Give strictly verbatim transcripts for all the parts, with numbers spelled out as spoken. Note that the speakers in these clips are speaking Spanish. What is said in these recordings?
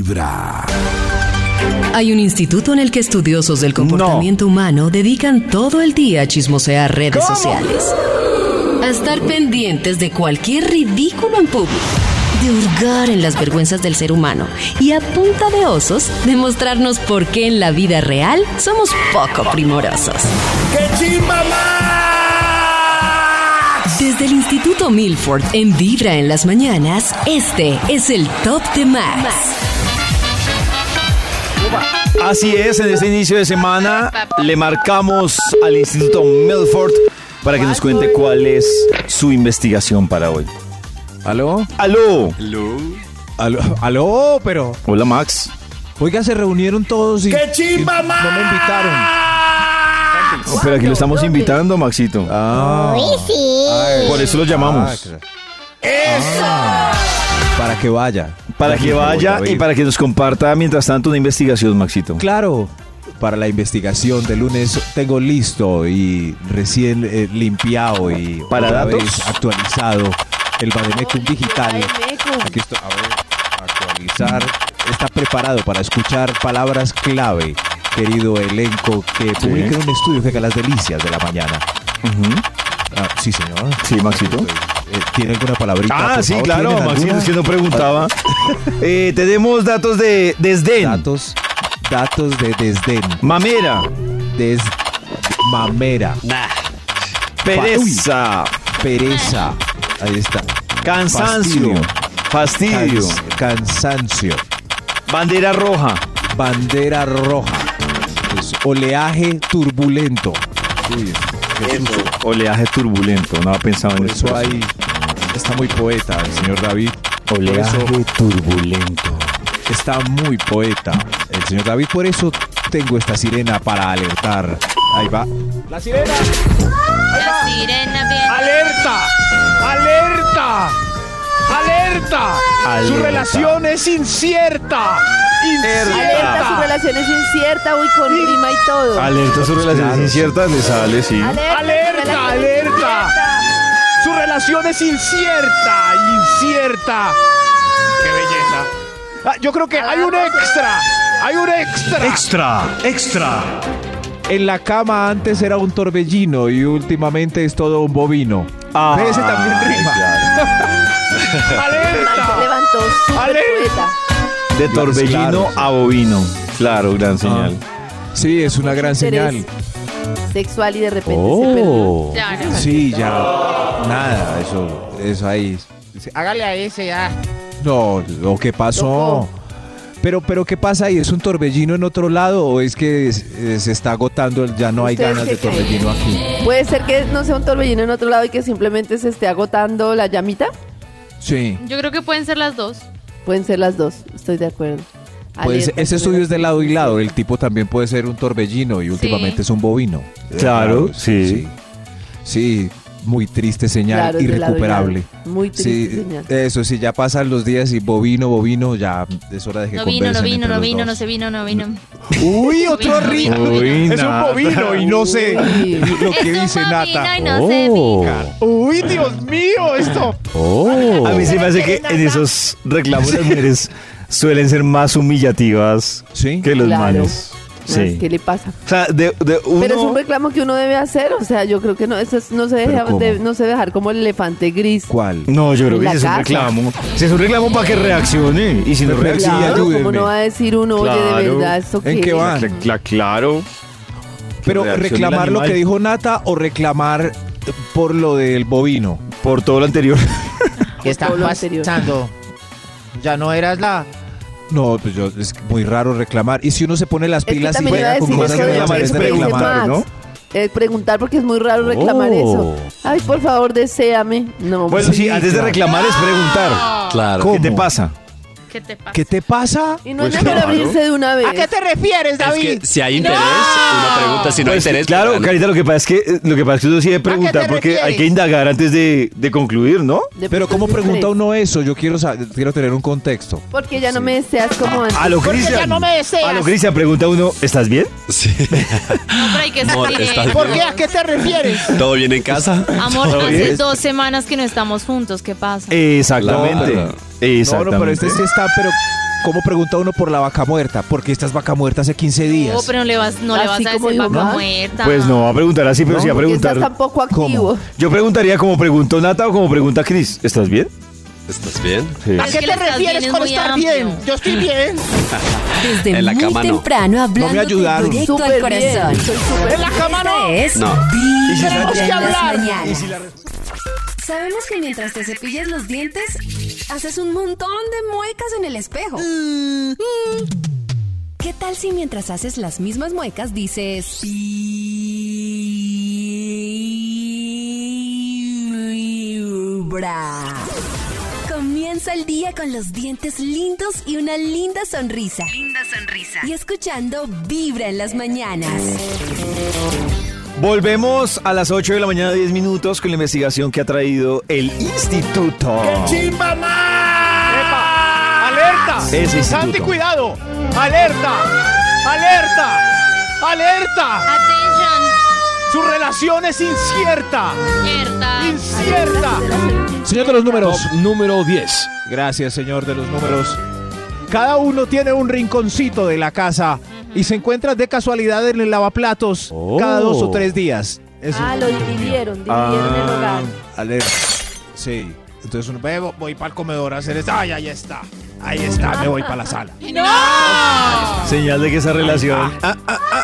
Vibra. Hay un instituto en el que estudiosos del comportamiento no. humano dedican todo el día a chismosear redes ¿Cómo? sociales, a estar pendientes de cualquier ridículo en público, de hurgar en las vergüenzas del ser humano y a punta de osos demostrarnos por qué en la vida real somos poco primorosos. ¡Qué chimba más! Desde el Instituto Milford en Vibra en las mañanas, este es el Top de Max. Así es, en este inicio de semana le marcamos al Instituto Milford para que nos cuente cuál es su investigación para hoy. ¿Aló? ¡Aló! ¿Aló? ¿Aló? ¿Aló? Pero... Hola, Max. Oiga, se reunieron todos y... ¡Qué chimba y más! no me invitaron. Oh, pero aquí lo estamos ¿Dónde? invitando, Maxito. Ah. Uy, sí. Ay, Por eso lo llamamos. ah, claro. ¡Eso! Ah, para que vaya. Para que vaya y para que nos comparta mientras tanto una investigación, Maxito. Claro, para la investigación de lunes tengo listo y recién eh, limpiado y ¿Para otra datos? vez actualizado el Bademecum digital. Bademecum. Aquí está, a ver, actualizar. Está preparado para escuchar palabras clave, querido elenco, que Sí. publica en un estudio que haga las delicias de la mañana. Ujú. Ah, sí, señor. Sí, Maxito. Eh, ¿Tiene alguna palabrita? Ah, por sí, favor? claro, ¿Tienen Maxito, alguna? es que no preguntaba. Eh, tenemos datos de desdén, Datos, datos de desdén. mamera, Des... Mamera. pereza, Pereza. Ahí está. cansancio, fastidio, Cans- cansancio. bandera roja. Bandera roja. Es oleaje turbulento. Uy, qué susto. Oleaje turbulento, no había pensado en Por eso. eso ahí está muy poeta el señor David. Por Oleaje eso turbulento. está muy poeta el señor David. Por eso tengo esta sirena para alertar. Ahí va. ¡La sirena! La sirena bien. ¡Alerta! ¡Alerta! ¡Alerta! Alerta. Su relación es incierta. Alerta, su relación es incierta, uy, con prima y todo. Alerta, su relación Claro, es incierta, le sale, sí. Alerta, Alerta, su relación es alerta. incierta. Su relación es incierta, incierta. ¡Qué belleza! Ah, yo creo que hay un extra. Hay un extra. Extra, extra. En la cama antes era un torbellino y últimamente es todo un bovino. Ah, Ese también rima. Se ¡Alerta! levantó súper Alerta. poeta. De torbellino Claro, sí. a bovino. Claro, gran señal. Sí, es una gran Interés señal. Sexual y de repente se perdió. Oh, Claro. sí, ya. Nada, eso, eso ahí. Hágale a ese ya. No, lo que pasó. Tocó. Pero, pero ¿qué pasa ahí? ¿Es un torbellino en otro lado o es que es- eh, se está agotando, el- ya no hay ¿Ustedes ganas qué de creen? torbellino aquí? Puede ser que no sea un torbellino en otro lado y que simplemente se esté agotando la llamita. Sí. Yo creo que pueden ser las dos. Pueden ser las dos, estoy de acuerdo. Pues Alerta, ese su estudio es de relación lado y es lado. El incierta. tipo también puede ser un torbellino y últimamente es un bovino. Claro, sí. sí. Sí, muy triste señal, Claro, es de lado y irrecuperable. lado. Muy triste Sí, señal. eso sí, ya pasan los días y bovino, bovino, ya es hora de que No vino, no conversen vino, entre no los vino, dos. no se vino, no vino. Uy, otro Vino, ritmo. vino, Uy, Es un nada. bovino y no sé. Uy. Lo que Es un dice bovino Nata. y no se vino. Uy, Dios mío, esto. Oh. A mí se me hace que en esos reclamos las mujeres suelen ser más humillativas Sí. que los Claro. manes. No, Sí. ¿qué le pasa? O sea, de, de uno... Pero es un reclamo que uno debe hacer, o sea, yo creo que no, eso es- no se deja, ¿cómo? de- no se debe dejar como el elefante gris. ¿Cuál? No, yo creo En que la si es un casa. reclamo. Si es un reclamo para que reaccione. Y si no Pero sí, reacciona... Claro, ayúdenme. ¿cómo no va a decir uno, oye, de Claro. verdad, esto ¿En qué qué es? va? Cla- cla- claro. Pero reaccione el reclamar lo animal. que dijo Nata o reclamar por lo del bovino. Por todo lo anterior. ¿Qué está todo lo anterior. pasando? Ya no eras la... No, pues yo, es muy raro reclamar. Y si uno se pone las Es que pilas y también iba a juega con decir cosas eso que de no reclamar es lo que deben dice preguntar, Max. ¿no? Eh, preguntar porque es muy raro reclamar Oh. eso. Ay, por favor, deséame. No, Bueno, sí, antes de claro. reclamar es preguntar. Claro. ¿Qué te ¿Cómo? pasa? ¿Qué te pasa? ¿Qué te pasa? Y no es Pues mejor claro. abrirse de una vez. ¿A qué te refieres, Es David? que si hay interés, uno pregunta. Si no hay Pues, interés, claro, pues, Carita, lo que pasa es que eh, lo que pasa es que uno sí debe qué te preguntar porque refieres? hay que indagar antes de, de concluir, ¿no? De Pero pronto ¿cómo es pregunta diferente. uno eso? Yo quiero saber, quiero tener un contexto. Porque ya no Sí. me deseas como antes. A lo Porque Cristian. ya no me deseas. A lo Cristian pregunta uno, ¿estás bien? Sí. No, pero hay que No, sentir. estás ¿Por qué? ¿A qué te refieres? ¿Todo bien en casa? Amor, ¿Todo hace bien? dos semanas que no estamos juntos. ¿Qué pasa? Exactamente. Claro. No, Exactamente. no, pero este sí está, pero ¿cómo pregunta uno por la vaca muerta? Porque esta es vaca muerta hace quince días. No, pero no le vas, no le vas Así a como decir dijo vaca Max. muerta. Pues no va a preguntar así, pero No, sí va a Porque estás preguntar. tan poco activo. Yo preguntaría como preguntó Nata o como pregunta Chris. ¿Estás bien? ¿Estás bien? Sí. ¿A Es qué que te el estás bien refieres es con muy estar amplio. bien? Yo estoy bien. Desde En la muy cama no. temprano hablando No me ayudaron. directo al Súper corazón. bien. Soy súper En la cama no. Esta es No. Vibra Tenemos que en las hablar. mañanas. si la- Sabemos que mientras te cepillas los dientes, haces un montón de muecas en el espejo. Mm. ¿Qué tal si mientras haces las mismas muecas dices... Vibra? Comienza el día con los dientes lindos y una linda sonrisa. Linda sonrisa. Y escuchando Vibra en las mañanas. Volvemos a las ocho de la mañana, diez minutos, con la investigación que ha traído el instituto. ¡Chimba más! ¡Epa! ¡Alerta! Ese instituto. ¡Santi, cuidado! ¡Alerta! ¡Alerta! ¡Alerta! Attention. Su relación es incierta. Mierda. ¡Incierta! Señor de los números. Top número diez. Gracias, señor de los números. Cada uno tiene un rinconcito de la casa y se encuentra de casualidad en el lavaplatos Oh. cada dos o tres días. Eso. Ah, lo dividieron, dividieron el hogar. Alerta. Sí. Entonces uno ve, voy para el comedor a hacer esto. Ay, ahí está. Ahí está, me voy para la sala. Señal de que esa relación... Ah,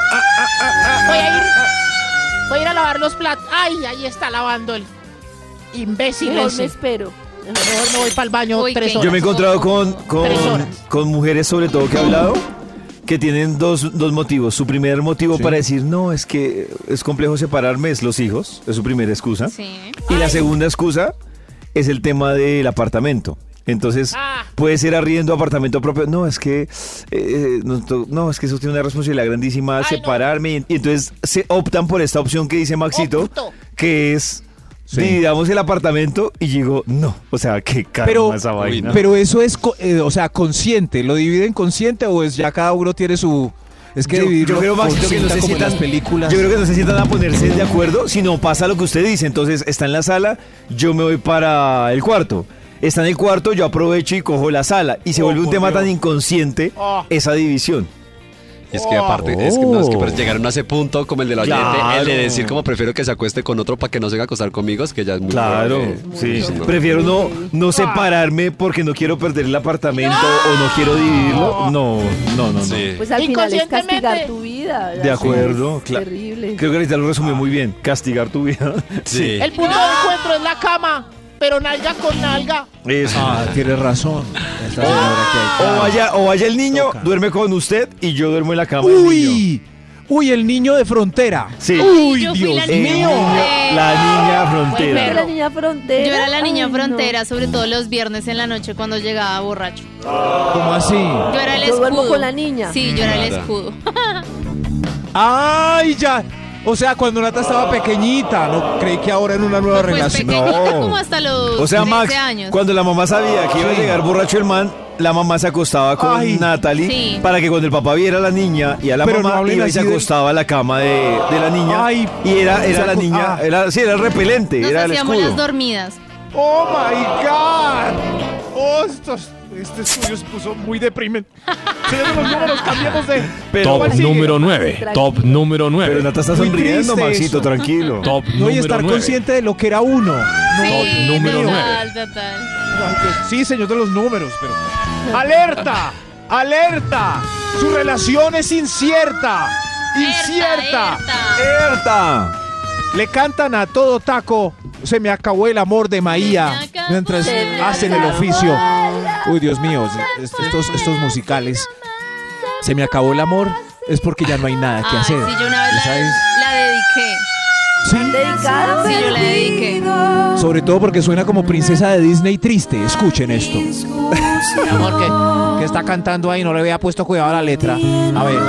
Voy a ir. Voy a ir a lavar los platos. Ay, ahí está lavando el imbécil Mejor me ese. espero. Mejor me voy para el baño Uy, tres qué- horas. Yo me he encontrado con, con, Tres horas. con mujeres, sobre todo, que he hablado, que tienen dos, dos motivos. Su primer motivo Sí. para decir, no, es que es complejo separarme, es los hijos. Es su primera excusa. Sí. Y la segunda excusa es el tema del apartamento. Entonces, Ah. puede ser arriendo, apartamento propio. No, es que eh, no, to- no, es que eso tiene una responsabilidad grandísima, Ay, no. separarme. Y entonces se optan por esta opción que dice Maxito, Opto. que es Sí. dividamos el apartamento. Y digo, no, o sea, qué calma Pero- esa vaina. Pero eso es, co- eh, o sea, consciente. ¿Lo dividen consciente o es ya cada uno tiene su... Es que yo, dividirlo yo creo, Maxito, que no consciente se como en sientan, las películas. yo creo que no se sientan a ponerse de acuerdo, sino pasa lo que usted dice. Entonces, está en la sala, yo me voy para el cuarto. Está en el cuarto, yo aprovecho y cojo la sala. Y se Oh, vuelve un por tema Dios. tan inconsciente Oh. esa división. Y es que aparte, es que, no, es que pero llegaron a ese punto como el del oyente, Claro. el de decir como prefiero que se acueste con otro para que no se venga a acostar conmigo, es que ya es muy Claro, grave. sí. No. Prefiero no, no separarme porque no quiero perder el apartamento o no quiero dividirlo. No, no, no, no. Sí. Pues al final es castigar Inconscientemente. tu vida. De acuerdo, Es claro. Terrible. Creo que ahorita lo resumió muy bien. Castigar tu vida. Sí. El punto de encuentro es la cama, pero nalga con nalga. Eso. Ah, tienes razón. Esta señora que hay. O vaya, o vaya el niño, Toca. duerme con usted y yo duermo en la cama del niño. Uy, uy, el niño de frontera. Sí. Uy, yo fui Dios la El mío. niño, la niña Porque frontera. la niña frontera. Yo era la niña Ay, no. frontera, sobre todo los viernes en la noche cuando llegaba borracho. ¿Cómo así? Yo era el Yo escudo. duermo con la niña. Sí, yo era el Nada. escudo. Ay, ya. O sea, cuando Nata estaba pequeñita, no creí que ahora en una nueva Pues relación. pequeñita No. como hasta los O sea, trece Max, años. cuando la mamá sabía que iba a Sí. llegar borracho el man, la mamá se acostaba con Ay. Natalie Sí. para que cuando el papá viera a la niña y a la Pero no mamá hablen iba y se así de- acostaba a la cama de, de la niña. Ay. Y era, era Se la acu- niña, ah. era, sí, era el repelente, Nos era el hacíamos las escudo. dormidas. ¡Oh, my God! ¡Oh, estos, este estudio se puso muy deprimente! Señor de los números, cambiemos de... Pero, Top ¿cuál sigue? número nueve. Top número pero nueve. Nata está Muy sonriendo, triste Maxito, eso. tranquilo. Top No, y número estar nueve. consciente de lo que era uno. No, Sí, número total, nueve. total. Ay, Dios, sí, señor de los números, pero... ¡Alerta! ¡Alerta! Su relación es incierta. ¡Incierta! Erta, ¡Erta! Le cantan a todo taco. Se me acabó el amor de Maía. Se me acabó mientras Se me hacen el acabó oficio. la- Uy, Dios mío, est- estos, estos musicales. Se me acabó el amor, es porque ya no hay nada que Ay, hacer. sí, yo una vez ¿Sabes? la, la dediqué. Sí, ¿Dedicada? Sí, yo la dediqué. sobre todo porque suena como princesa de Disney triste. Escuchen esto. Mi amor, que, que está cantando ahí, no le había puesto cuidado a la letra. A ver.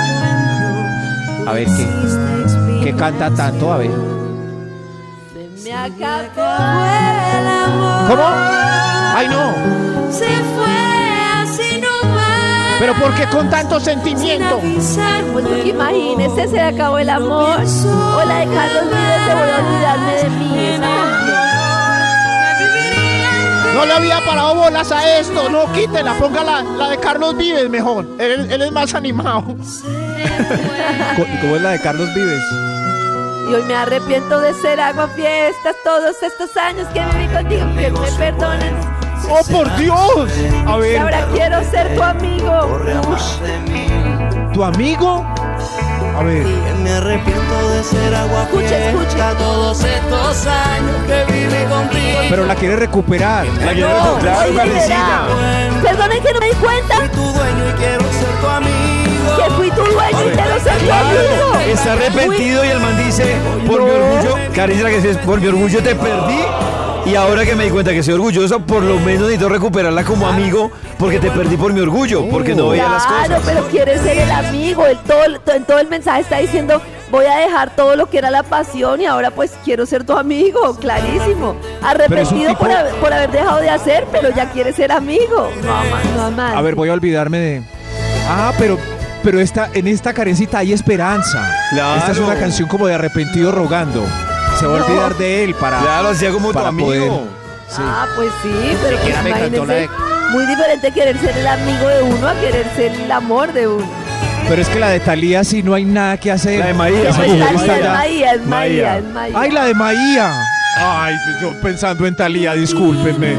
A ver, ¿qué, qué canta tanto? A ver. Se me acabó el amor. ¿Cómo? ¡Ay, no! Se fue así nomás. ¿Pero por qué con tanto sentimiento? Pues porque imagínese, se le acabó el amor. O la de Carlos Vives, te voy a olvidarme de mí. Esa también. No le había parado bolas a esto. No, quítela, ponga la, la de Carlos Vives mejor. Él, él es más animado. Co- ¿Cómo es la de Carlos Vives? Y hoy me arrepiento de ser aguafiestas todos estos años que viví contigo. Que me perdonen. ¡Oh, por Dios! A Y ver. ahora quiero ser tu amigo. ¿Tu amigo? A ver. Me arrepiento de ser agua Escucha, escucha. todos estos años que viví contigo. Pero la quiere recuperar. La quiero No, encontrar, soy Karencita. sincera. Perdonen que no me di cuenta Soy tu dueño y quiero ser tu amigo. que fui tu dueño y quiero ser tu amigo. Está arrepentido y el man dice, por mi orgullo, Karencita, que dices, por mi orgullo te perdí. Y ahora que me di cuenta que soy orgulloso, por lo menos necesito recuperarla como amigo, porque te perdí por mi orgullo, porque no veía las Claro, cosas. pero quiere ser el amigo. El todo, en todo el mensaje está diciendo, voy a dejar todo lo que era la pasión y ahora pues quiero ser tu amigo. Clarísimo. Arrepentido tipo- por, haber, por haber dejado de hacer, pero ya quiere ser amigo. No, ama- no amante. A ver, voy a olvidarme de. Ah, pero, pero esta, en esta Karencita hay esperanza. Claro. Esta es una canción como de arrepentido rogando. Se va a No. olvidar de él para. Claro, hacía como tu para amigo. poder- Ah, pues sí, pero pues siquiera me cantó la imagínense. Muy diferente querer ser el amigo de uno a querer ser el amor de uno. Pero es que la de Talía sí no hay nada que hacer. La de Maía. Esa Pues mujer Talía está es ya- Maía, es Maía. Maía, es Maía. Ay, la de Maía. Ay, yo pensando en Talía, discúlpenme.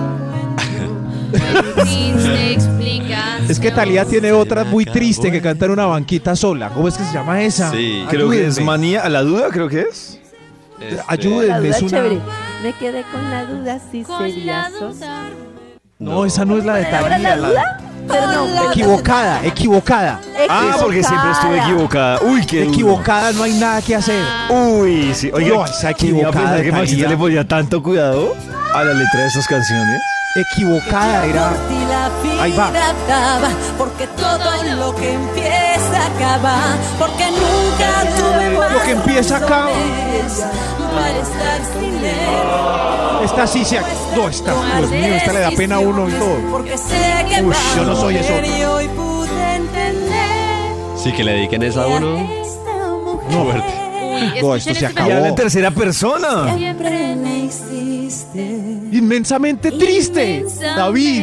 Triste explicación. Es que Talía tiene otra muy triste que canta en una banquita sola. ¿Cómo es que se llama esa? Sí. Creo que es Ayúdenme. manía, a la duda creo que es. Este, Ayúdenme. La duda es una- chévere. Me quedé con la duda si Con sería la sos. duda. No, esa no es la de ¿Ahora la Talía. la- duda? Pero no. Equivocada, equivocada. Ah, porque siempre estuve equivocada. Uy, qué duro. Equivocada, no hay nada que hacer. Uy, sí. Oye, No, esa ¿quién iba a equivocada pensar que de Maxita Talía? le ponía tanto cuidado a la letra de estas canciones? Equivocada era. Ahí va. Porque todo lo que empieza acaba. Porque nunca tuve más. Lo que empieza acaba. Para estar sin él. Esta sí se. No, esta. Dios mío, esta le da pena a uno y todo. Porque sé que Uy, va yo no soy a eso. volver y hoy pude entender. Sí, que le dediquen esa a uno. Esta mujer No. Fuerte. Uy, No, escuchen esto se este acabó. Y habla en mensaje. tercera persona. siempre me hiciste. Inmensamente triste. David.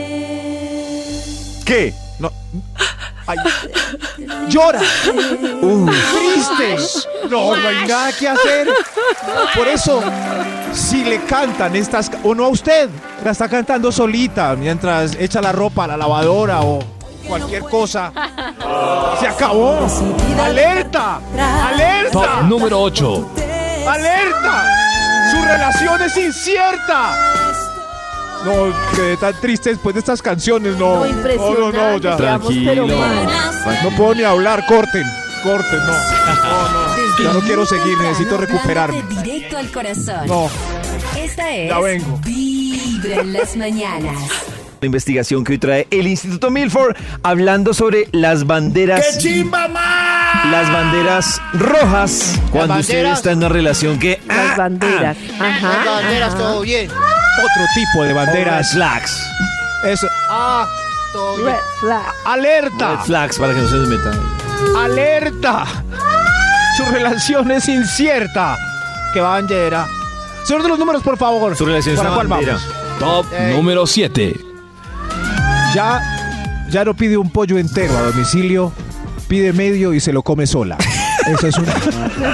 ¿Qué? No. Ay. Llora. Uy. Triste. No, no hay nada que hacer. Por eso, si le cantan estas, o no a usted, la está cantando solita mientras echa la ropa a la lavadora o cualquier cosa. Se acabó. ¡Alerta! ¡Alerta! Número ocho. ¡Alerta! ¡Su relación es incierta! No, quedé tan triste después de estas canciones, no. No, impresionante. No, no, no, ya. quedamos, pero Tranquilo. mal. No puedo ni hablar, corten. Corten, no. No, no. Ya no quiero seguir, necesito recuperarme. Hablándote directo al corazón. No. Esta es Ya vengo. Vibra en las mañanas. La investigación que hoy trae el Instituto Milford hablando sobre las banderas. ¡Qué chimba más! Las banderas rojas cuando usted banderas. está en una relación que. Las banderas. Ajá. banderas, ajá. todo bien. Otro tipo de banderas. Flags. Eso. Ah, todo bien. Red flag. ¡Alerta! Red flags para que no se nos metan. ¡Alerta! Su relación es incierta. ¡Qué bandera! Señor de los números, por favor. Su relación es ¿Para una cuál bandera. vamos? Top Ey. número siete. Ya, ya no pide un pollo entero a domicilio, pide medio y se lo come sola. Eso es una.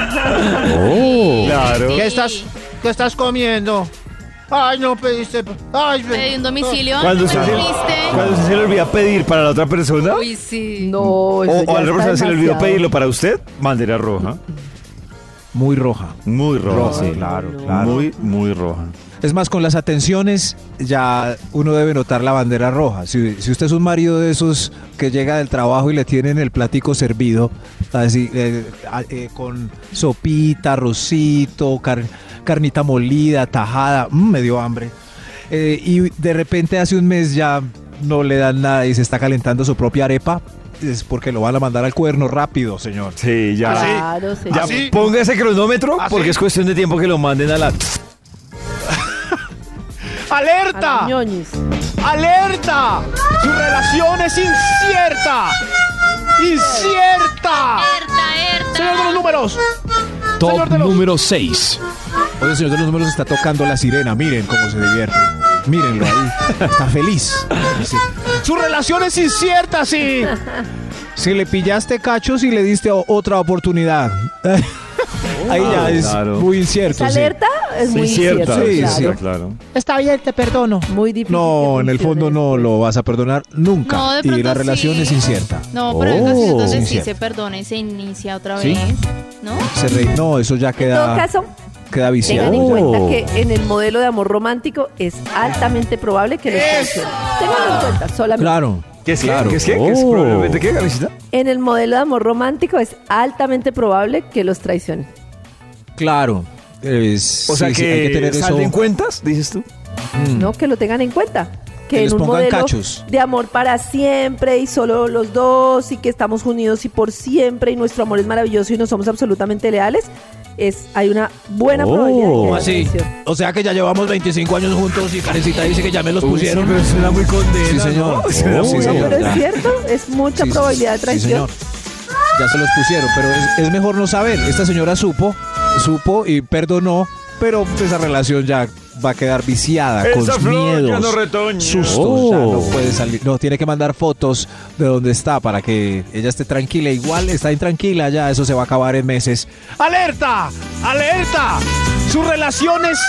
Claro. ¿Qué estás, qué estás comiendo? Ay, no pediste. Ay, Pedí un domicilio. Cuando muy usted, se, triste. cuando usted se le olvida pedir para la otra persona, Uy, sí. No, o, eso o ya a la otra está persona se le olvidó demasiado. pedirlo para usted, bandera roja. Muy roja. Muy roja. Roja, sí. claro, claro. Muy, muy roja. Es más, con las atenciones ya uno debe notar la bandera roja. Si, si usted es un marido de esos que llega del trabajo y le tienen el platico servido, así, eh, eh, con sopita, arrocito, car- carnita molida, tajada, mm, me dio hambre. Eh, y de repente hace un mes ya no le dan nada y se está calentando su propia arepa, es porque lo van a mandar al cuerno rápido, señor. Sí, ya. Claro, señor. Ya ¿Así? ponga ese cronómetro ¿Así? porque es cuestión de tiempo que lo manden a la. A la ¡Alerta! ñoñis. ¡Alerta! Su relación es incierta. ¡Incierta! Erta, Erta. Señor de los números. Top Señor de los- número seis. Oye, señor de los números está tocando la sirena, miren cómo se divierte. Mírenlo ahí. Está feliz. Sí. Su relación es incierta, sí. Si le pillaste cachos y le diste o- otra oportunidad. Ahí ya es claro. muy incierto. ¿Esa sí. alerta? Es muy Incierta, incierto, sí, claro. sí. claro. Está bien, te perdono. Muy difícil. No, que en el funcione fondo no después. lo vas a perdonar nunca. No, de y pronto la relación sí. es incierta. No, pero hay Oh. ocasiones donde sí Incierto. se perdona y se inicia otra ¿Sí? vez. ¿No? Se re- No, eso ya En todo queda, caso, queda viciado. tengan en ya. cuenta que en el modelo de amor romántico es altamente probable que los traicionen. Ténganlo en cuenta, solamente. Claro. ¿Qué es Claro. ¿Qué es qué? ¿Qué es Oh. probablemente qué, Karencita? En el modelo de amor romántico es altamente probable que los traicionen. Claro. Es- O sea sí, sí, que, hay que tener eso. salen cuentas, dices tú. Mm. ¿No? Que lo tengan en cuenta. Que, Que les en un pongan modelo cachos. de amor para siempre y solo los dos y que estamos unidos y por siempre y nuestro amor es maravilloso y no somos absolutamente leales, es hay una buena Oh, probabilidad de que haya Así. traición. O sea que ya llevamos veinticinco años juntos y Karencita dice que ya me los Uy, pusieron. sí, pero suena muy condena, Sí, señor. ¿no? Suena Oh, muy- sí, No, señor. pero ya. es cierto, es mucha Sí, probabilidad de sí, traición. señor. Ya se los pusieron, pero es, es mejor no saber. Esta señora supo, supo y perdonó, pero esa relación ya va a quedar viciada, con Esa flor ya miedos, no retoña. sustos, ya no Oh. puede salir. No, tiene que mandar fotos de dónde está para que ella esté tranquila. Igual está intranquila, ya eso se va a acabar en meses. ¡Alerta! ¡Alerta! Su relación es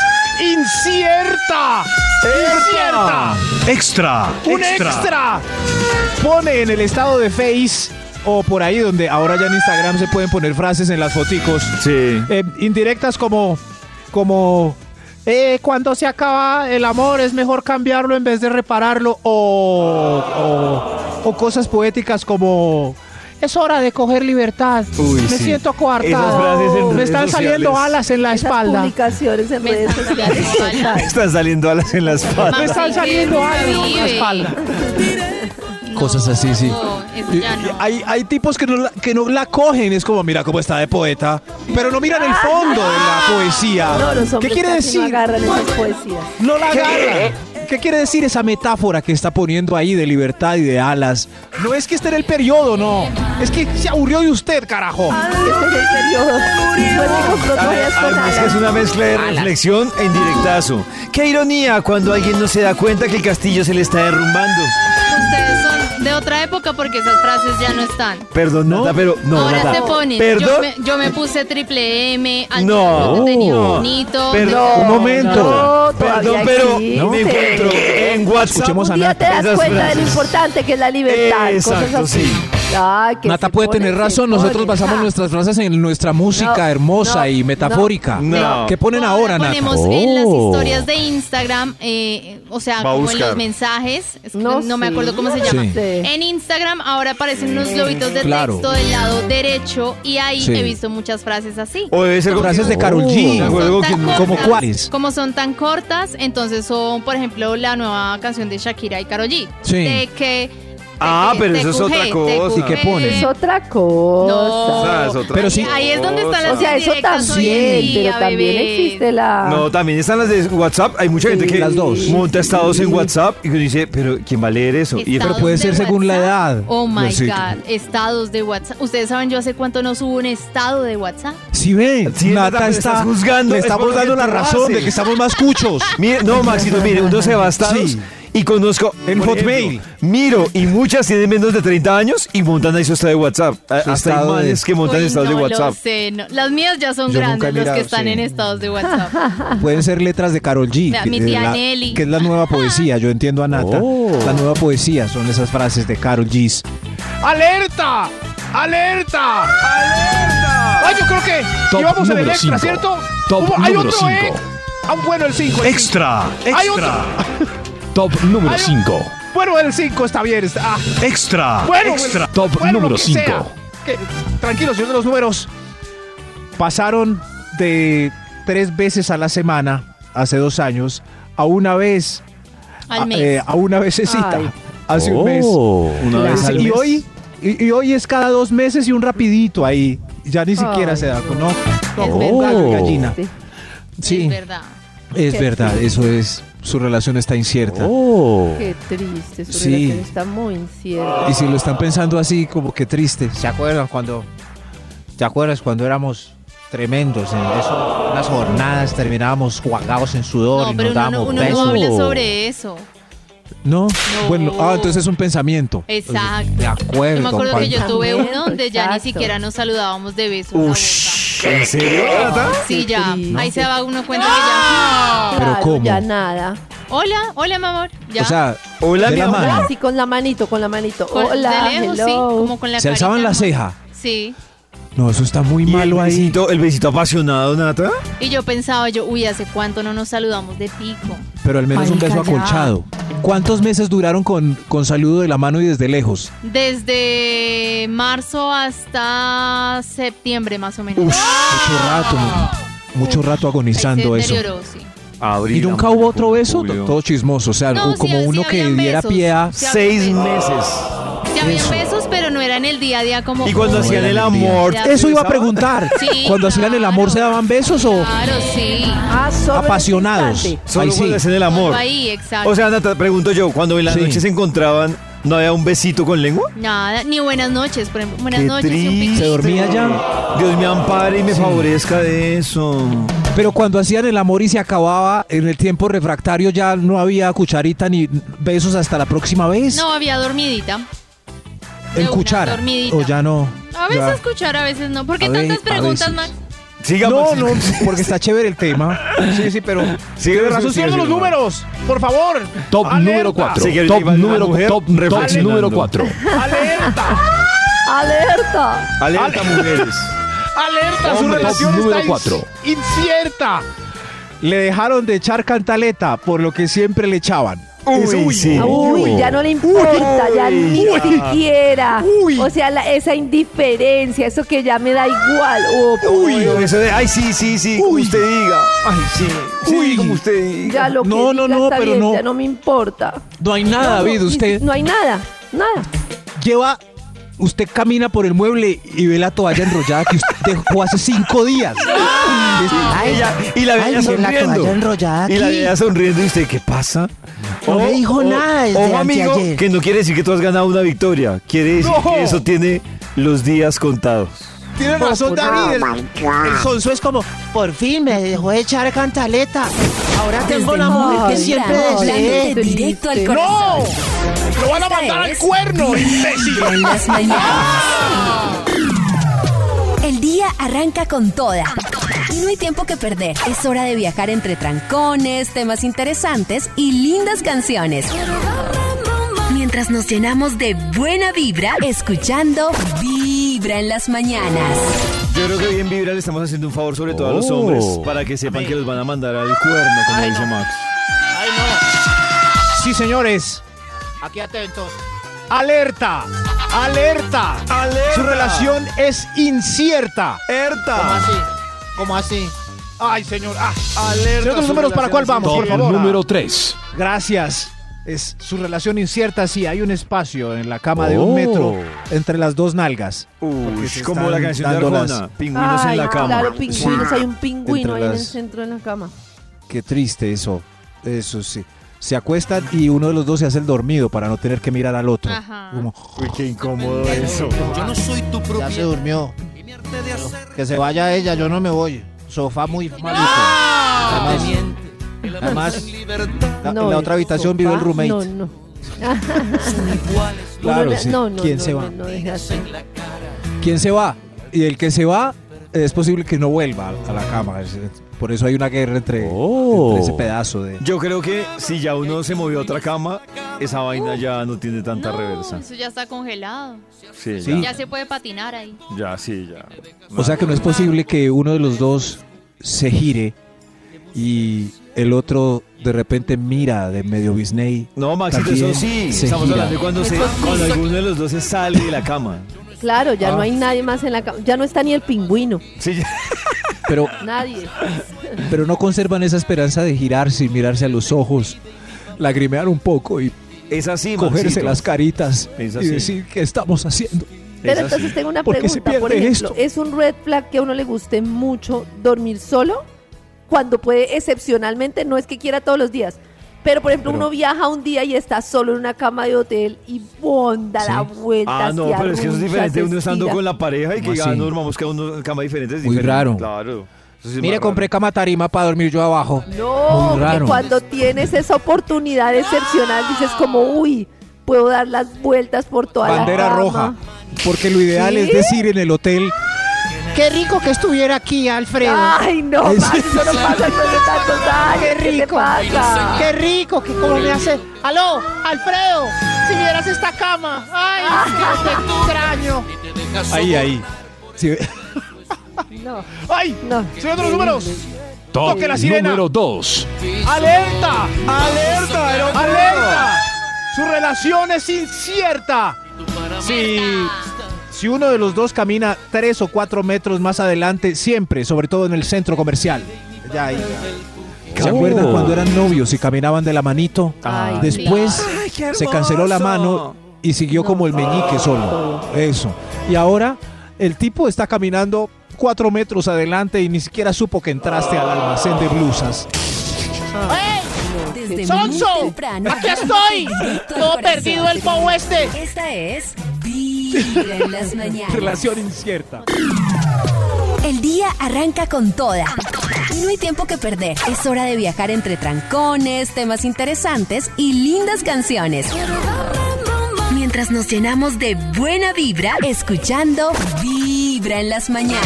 incierta. ¡Incierta! Extra. ¡Un extra! Pone en el estado de Face o por ahí donde ahora ya en Instagram se pueden poner frases en las foticos. Sí. Eh, indirectas como, como Eh, cuando se acaba el amor es mejor cambiarlo en vez de repararlo. o, o, o cosas poéticas como Es hora de coger libertad. Uy, Me sí. siento Esas coartado. frases en Me redes están saliendo sociales. alas en la Esas espalda. publicaciones en Me redes están sociales. saliendo total. Están saliendo alas en la espalda. Me están Maxi, saliendo que alas en la vive. espalda. cosas así, sí. No, eso Y- ya y no. Hay, hay tipos que no, la, que no la cogen, es como, mira cómo está de poeta, pero no miran el fondo de la poesía. No, los hombres ¿Qué quiere casi no decir? agarran esas poesías. No la agarran. ¿Qué quiere decir esa metáfora que está poniendo ahí de libertad y de alas? No es que esté en el periodo, no. Es que se aburrió de usted, carajo. Este es el periodo. Sueñe con protocolos con Además que es alas. una mezcla de reflexión e indirectazo. Qué ironía cuando alguien no se da cuenta que el castillo se le está derrumbando. Ustedes son de otra época porque esas frases ya no están. Perdón, Nata, pero no, Ahora Nata. se ponen. Yo Perdón. me, yo me puse triple M. Al No. no. tenía No. bonito. Perdón, un momento. no, Perdón, todavía pero existe. me encuentro en WhatsApp. Escuchemos a Un día te das esas cuenta de lo frases. importante que es la libertad. Exacto, cosas así. sí. Ay, que Nata se puede pone, tener se razón, nosotros pone. basamos Ah. nuestras frases en nuestra música No, hermosa no, y metafórica. no. ¿Qué ponen ahora, Nata? ponemos en las historias de Instagram, eh, o sea, Va a como en buscar. los mensajes, es que No no, me sé. acuerdo cómo se llama. Sí. En Instagram ahora aparecen unos globitos de Claro. texto del lado derecho y ahí Sí. he visto muchas frases así. O debe ser Frases de Karol Oh. G. De acuerdo Son con tan quien- ¿Cómo cortas, cuáles? Como son tan cortas, entonces son, por ejemplo, la nueva canción de Shakira y Karol G. Sí. De que... Ah, de pero que- eso es te otra cujé, cosa. te ¿Y qué cujé. pone? Es otra cosa. No. O sea, es otra Pero sí- Ahí es donde están las O sea, eso indirectas hoy en también, día, pero también bebé. existe la... No, también están las de WhatsApp. Hay mucha gente Sí, que las dos. monta estados en WhatsApp y que dice, pero ¿quién va a leer eso? Y Estados Pero puede de ser según la WhatsApp. edad. Oh my Sí. God, estados de WhatsApp. Ustedes saben yo hace cuánto no subo un estado de WhatsApp. Si ven, Sí, Nata, Nata me está estás juzgando, le es estamos por lo dando que la tú razón haces. de que estamos más cuchos. Mire, no, Maxito, mire, uno se va a estados Sí. y conozco En por Hotmail. ejemplo, miro y muchas tienen menos de treinta años y montan ahí su estado de WhatsApp. A- Su Hasta hay estado de- manes que montan Uy, estados no de lo WhatsApp. sé, no. Las mías ya son Yo nunca he grandes, los mirado, que están sí. en estados de WhatsApp. Pueden ser letras de Karol G, Vea, que, mi eh, tía la- Nelly. que es la nueva poesía. Yo entiendo a Nata. Oh. La nueva poesía son esas frases de Karol G. ¡Alerta! ¡Alerta! ¡Alerta! Ay, yo creo que Top íbamos en el número extra, cinco. ¿cierto? Top Hubo- hay número otro cinco. ex- Ah, bueno, el cinco. Extra. Hay Extra. Top número Hay un- cinco. Bueno, el cinco está bien. Está, ah, Extra. bueno, Extra. bueno, Top bueno, lo número que cinco. sea. Que- tranquilos, señor de los números. Pasaron de tres veces a la semana, hace dos años, a una vez, Al a, mes. eh, a una vececita, Ay. hace un mes. Una vez Claro. al Y mes. hoy, y, y hoy es cada dos meses y un rapidito ahí. Ya ni siquiera Ay. se da, ¿no? No, Es como un verdad. gallo y gallina. Sí. Sí, Es verdad. es Qué verdad, triste. eso es, su relación está incierta. Qué triste, su Sí. relación está muy incierta. Y si lo están pensando así, como que triste. ¿Se acuerdan cuando... ¿Te acuerdas cuando éramos tremendos. En eso, unas jornadas terminábamos jugados en sudor No, y pero nos uno, no- dábamos uno no besos. habla sobre eso. ¿No? No. Bueno, ah, entonces es un pensamiento. Exacto. De acuerdo. Yo me acuerdo que yo tuve Exacto. uno donde ya ni Exacto. siquiera nos saludábamos de besos. en la boca. ¿En serio, Nata? Sí, Qué ya. triste. Ahí se da uno cuenta que ya. ¿Pero Claro, cómo? ya nada. Hola, hola, mi amor. Ya. O sea, Hola, de mi la amor. mano. Así con la manito, con la manito. Con- Hola, de lejos, hello. sí, como con la se alzaban carita la nomás. ceja. Sí. No, eso está muy ¿Y el malo ahí. besito, el besito apasionado, Nata? Y yo pensaba, yo, uy, ¿hace cuánto no nos saludamos de pico? Pero al menos un Marica, beso ya. acolchado. ¿Cuántos meses duraron con, con saludo de la mano y desde lejos? Desde marzo hasta septiembre, más o menos. Mucho rato, mu- mucho rato Ahí agonizando se eso. deterioró, sí. Abril, ¿Y nunca mayo, hubo otro junio, beso? julio. Todo chismoso, o sea, No, como sí, uno sí que habían diera besos. pie a... Sí, habían Seis besos. meses. Sí, habían Eso. besos, pero no era en el día a día como. Y cuando uy, hacían el era en el día. amor. Ya. Eso iba a ¿se preguntar. Sí, Cuando hacían el amor, claro. ¿se daban besos o Claro, sí. Ah, solo en apasionados? ese instante. Solo Ahí sí. cuando hacen el amor. Ahí, exacto. O sea, Nata, pregunto yo, cuando en la Sí. noche se encontraban, ¿no había un besito con lengua? Nada, ni buenas noches, por ejemplo. Buenas Qué noches y un triste. piquito. ¿Se dormía ya? Dios me ampare y me Sí. favorezca de eso. Pero cuando hacían el amor y se acababa en el tiempo refractario, ya no había cucharita ni besos hasta la próxima vez. No, había dormidita. de en una cuchara. dormidita. O ya no. A veces ya. escuchar, a veces no. ¿Por qué A tantas ve- a preguntas, veces. Max? Siga, No, Maxi. no, porque está chévere el tema. Sí, sí, pero. Sigue, Tiene razón, sigue, señor de los sigue. números. Por favor. Top Alerta. número cuatro. Sí, que ahorita Top iba la número mujer top, top reflexionando. número cuatro. Alerta. ¡Alerta! Alerta, mujeres. Alerta. Su Hombre, relación top número está cuatro. ins- incierta. Le dejaron de echar cantaleta por lo que siempre le echaban. Uy, sí. Uy, ya no le importa, ya ni ya. siquiera. Uy. O sea, la- esa indiferencia, eso que ya me da igual. Uf, Uy, eso de, ay, sí, sí, sí, como usted diga. Ay, sí, sí, Uy. como usted diga. ya lo que No, no, diga no, está pero bien, no. ya no me importa. No hay nada, No, David. no, Usted No hay nada, nada. lleva. Usted camina por el mueble y ve la toalla enrollada que usted dejó hace cinco días. Ay, ya, y la veía sonriendo. enrollada Y la veía sonriendo y usted, ¿qué pasa? No le dijo nada desde Ojo, amigo, anteayer. que no quiere decir que tú has ganado una victoria. Quiere decir No. que eso tiene los días contados. Tiene razón, David. El, El sonso es como, por fin me dejó de echar cantaleta. Ahora tengo la mujer que Ay, siempre ay, deseé. Hablándote directo al ¡No! corazón. ¡Lo van a Esta mandar al es cuerno, imbécil! Vibra en las mañanas. El día arranca con toda. Y no hay tiempo que perder. Es hora de viajar entre trancones, temas interesantes y lindas canciones. Mientras nos llenamos de buena vibra, escuchando Vibra en las mañanas. Yo creo que hoy en Vibra le estamos haciendo un favor sobre todo a los hombres para que sepan que los van a mandar al cuerno, como dice Max. Ay, no. Sí, señores. Aquí atentos. Alerta. Alerta. ¡Alerta! Su relación es incierta. ¿Cómo ¡Alerta! así? ¿Cómo así? Ay, señor. Ah, ¡Alerta! señor de los Su números, ¿para cuál relación vamos, Top por favor? número tres. Gracias. Es su relación incierta, sí, hay un espacio en la cama de Oh. un metro entre las dos nalgas. Uy, Porque se como están la canción de dando Arjona, las- pingüinos Ay, en la cama. claro, pingüinos. Hay un pingüino Entre ahí en el las- centro de la cama. Qué triste eso. Eso sí. Se acuestan y uno de los dos se hace el dormido para no tener que mirar al otro. Ajá. Como, Uy, qué incómodo eso. Ya se durmió. Que se vaya ella, yo no me voy. Sofá muy malito. Además, además, la, No, en la el otra habitación vive el sofá, roommate. No, no. claro, Uno- sí. no, no, ¿Quién no, se no, va? no, deje así. ¿Quién se va? Y el que se va es posible que no vuelva a la cama. Es- Por eso hay una guerra entre, Oh. entre ese pedazo de... Yo creo que si ya uno se movió a otra cama, esa vaina ya no tiene tanta No, reversa. eso ya está congelado. Sí, Sí. Ya se puede patinar ahí. ya, ya, sí, ya. O sea que no es posible que uno de los dos se gire y el otro de repente mira de medio Disney. No, Maxito, También eso sí. se Estamos gira. hablando de cuando, se, Eso sí. cuando alguno de los dos se sale de la cama. Claro, ya Ah. no hay nadie más en la cama. Ya no está ni el pingüino. Sí, ya. Pero, Nadie. pero no conservan esa esperanza de girarse y mirarse a los ojos, lagrimear un poco y Es así, cogerse Maxito. las caritas Es y así. decir qué estamos haciendo. Pero Es así. entonces tengo una ¿Por qué se pregunta. Por pierde ejemplo, esto? ¿es un red flag que a uno le guste mucho dormir solo? Cuando puede excepcionalmente, no es que quiera todos los días, Pero, por ejemplo, Pero- uno viaja un día y está solo en una cama de hotel y bonda la vuelta. Ah, no, pero es que eso es diferente uno estando con la pareja y que ¿Cómo ya así? nos vamos cada uno en cama diferente. Es Muy diferente. raro. Claro. Eso sí es Mire, más compré cama tarima para dormir yo abajo. No, Muy que raro. cuando tienes esa oportunidad excepcional dices como, uy, puedo dar las vueltas por toda Bandera la cama. roja. Porque lo ideal ¿Sí? es decir en el hotel, Qué rico que estuviera aquí, Alfredo. Ay, no, Es- Max, eso no pasa después de tantos años. Qué ¿Qué te rico. pasa? Qué rico, que como me hace. Aló, Alfredo, si vieras esta cama. Ay, qué extraño. ahí, ahí. Sí. No, ¡Ay! no. Señor de los números. Top Toque la sirena. número dos. ¡Alerta! ¡Alerta! ¡Alerta! Su relación es incierta. Si, si uno de los dos camina tres o cuatro metros más adelante, siempre, sobre todo en el centro comercial. Ya ahí. ¿Se acuerdan cuando eran novios y caminaban de la manito? Ay, Después Ay, qué se canceló la hermoso. mano y siguió como el meñique solo. Eso. Y ahora el tipo está caminando cuatro metros adelante y ni siquiera supo que entraste al almacén de blusas. Desde muy ¡Sonso! temprano. ¡Aquí estoy! Tu Todo corazón. perdido el povo este. Esta es Vibra en las mañanas. Relación incierta. El día arranca con toda. Y no hay tiempo que perder. Es hora de viajar entre trancones, temas interesantes y lindas canciones. Mientras nos llenamos de buena vibra, escuchando Vibra en las mañanas.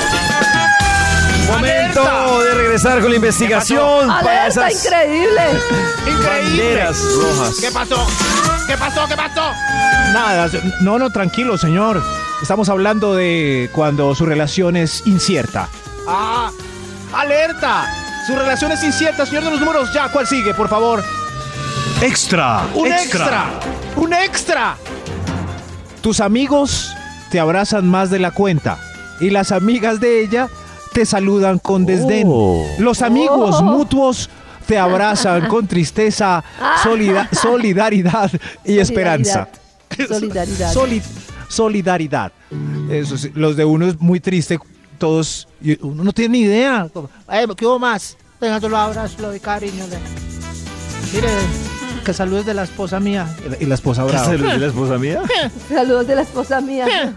Momento de regresar con la investigación para ¡Alerta, esas increíble! banderas rojas. ¿Qué pasó? ¿Qué pasó? ¿Qué pasó? Nada, no, no, tranquilo, señor. Estamos hablando de cuando su relación es incierta. ¡Ah! ¡Alerta! Su relación es incierta, señor de los números. Ya, ¿cuál sigue, por favor? Extra, ¡Un extra! ¡Un extra! Tus amigos te abrazan más de la cuenta y las amigas de ella te saludan con desdén. Los amigos Oh. mutuos te abrazan con tristeza, solida- solidaridad y esperanza. Solidaridad. Soli- solidaridad. Eso sí, los de uno es muy triste, todos, y uno no tiene ni idea. Eh, ¿qué hubo más? Venga, yo lo abrazo, lo doy cariño. le- Mire, que saludes de la esposa mía. Y la- Y la esposa ¿Qué brava. salud de la esposa mía? Saludos de la esposa mía.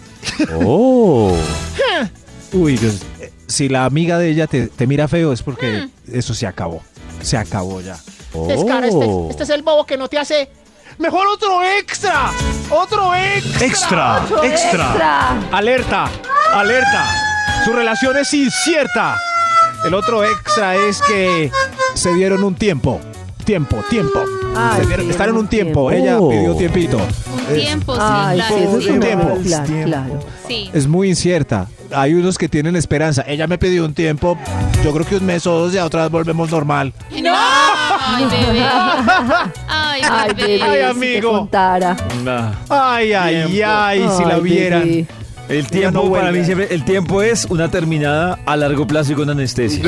Oh. Uy, Dios, eh, si la amiga de ella te, te mira feo es porque eso se acabó. Se acabó ya. Descara, este, este es el bobo que no te hace. ¡Mejor otro extra! ¡Otro extra! extra, Otro extra. Alerta, alerta. Su relación es incierta. El otro extra es que se dieron un tiempo. Tiempo, tiempo. Ay, Se dieron- sí, están en un tiempo. tiempo. Ella Oh. pidió tiempito. Un tiempo, sí, Ay, sí, claro. eso es Un un tiempo. claro, Tiempo. claro. Sí. Es muy incierta. Hay unos que tienen esperanza. Ella me pidió un tiempo. Yo creo que un mes o dos y a otra vez volvemos normal. ¡No! ¡Ay, bebé! ¡Ay, Ay, bebé! bebé, Ay, si te amigo. contara. Nah. Ay, ay, Tiempo. ay, si la Ay, vieran. bebé. El tiempo no para vuelve. mí siempre, el tiempo es una terminada a largo plazo y con anestesia.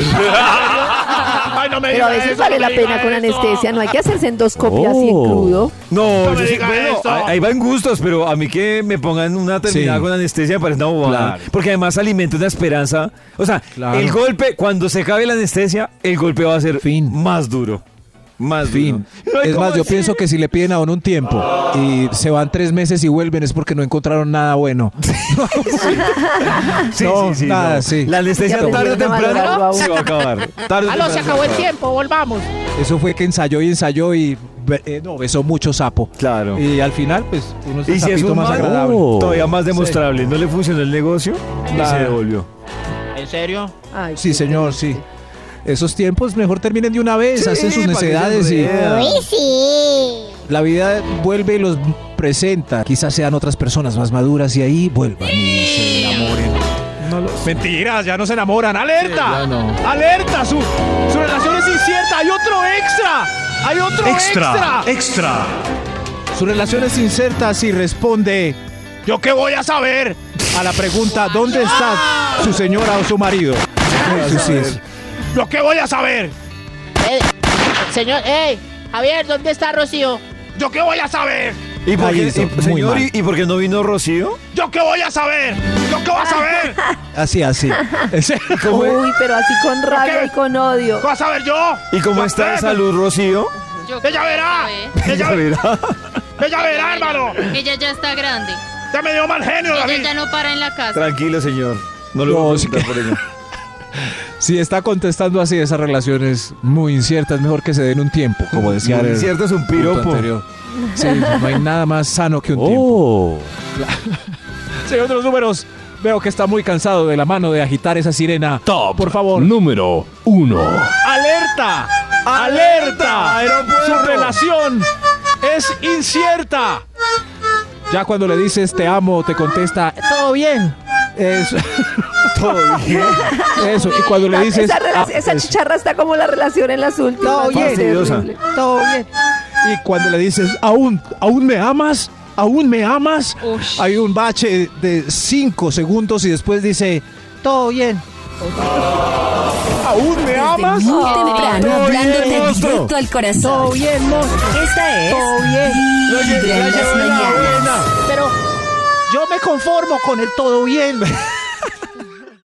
Ay, no me Pero a diga veces eso, vale no la me pena diga con eso. anestesia. No hay que hacerse endoscopia así en Oh. crudo. No, No me yo sí- diga bueno, eso. ahí ahí van gustos, pero a mí que me pongan una terminada Sí. con anestesia me parece una bobada. Claro. Porque además alimenta una esperanza. O sea, Claro. el golpe, cuando se acabe la anestesia, el golpe va a ser Fin. más duro. Más Fin. duro. Ay, Es ¿cómo más, yo así? pienso que si le piden a uno un tiempo y se van tres meses y vuelven es porque no encontraron nada bueno. Sí, No, sí, sí, nada, no. sí. La anestesia Ya tarde o aprendieron a valorarlo temprano a uno. se va a acabar. Tarde o Aló, se temprano acabó va el a acabar. tiempo, volvamos. Eso fue que ensayó y ensayó y be- eh, no, besó mucho sapo. Claro. Y al final, pues, uno es el Y si es sapito un más más agradable. todavía más demostrable, no le funcionó el negocio y Nada. se devolvió. ¿En serio? Ay, Sí, qué señor, triste. sí. Esos tiempos mejor terminen de una vez, Sí, hacen sus para que se necesidades y enreden. la vida vuelve y los presenta. Quizás sean otras personas más maduras y ahí vuelvan y se enamoren. Mentiras, ya no se enamoran. ¡Alerta! Sí, ya no. ¡Alerta! Su, su relación es incierta. ¡Hay otro extra! ¡Hay otro extra! Extra, extra. Su relación es incierta si responde: ¿yo qué voy a saber? A la pregunta: ¿dónde está su señora o su marido? Eso sí es. ¿Yo qué voy a saber? Eh, señor, hey, Javier, ¿dónde está Rocío? ¿Yo qué voy a saber? ¿Y por Ay, qué, eso, y- muy señor, mal. ¿y, y por qué no vino Rocío? ¿Yo qué voy a saber? ¿Yo qué voy a saber? Así, así. Ese- ¿Cómo, Uy, pero así con rabia ¿Qué? y con odio. ¿Qué voy a saber yo? ¿Y cómo ¿Yo está de qué? salud Rocío? Yo ¡Ella creo verá! que ¡Ella verá! ¡Ella verá, hermano! Ella ya está grande. ¡Ya me dio mal genio, Ella David! ya no para en la casa. Tranquilo, señor. No lo No, voy a sí preguntar por ella. Si está contestando así, esa relación es muy incierta. Es mejor que se den un tiempo, como decía Muy el incierto, es un punto piropo. anterior. Sí, no hay nada más sano que un tiempo. Oh. Señor de los números, veo que está muy cansado de la mano de agitar esa sirena. Top. Por favor. Número uno. ¡Alerta! ¡Alerta! Aeropuerto. ¡Su relación es incierta! Ya cuando le dices te amo, te contesta todo bien. Eso. Todo bien. Eso. Y cuando le dices. esa, rela- ah, esa eso. chicharra está como la relación en las últimas. Todo bien. Fastidiosa. Terrible. Todo bien. Y cuando le dices, ¿aún, aún me amas? ¿Aún me amas? Ush. Hay un bache de cinco segundos y después dice, todo bien. ¿Aún me Desde amas? muy temprano, Todo hablándote bien, monstruo. directo al corazón. Todo bien, monstruo. Esta es Todo bien. Vibra en las mañanas. Pero yo me conformo con el todo bien.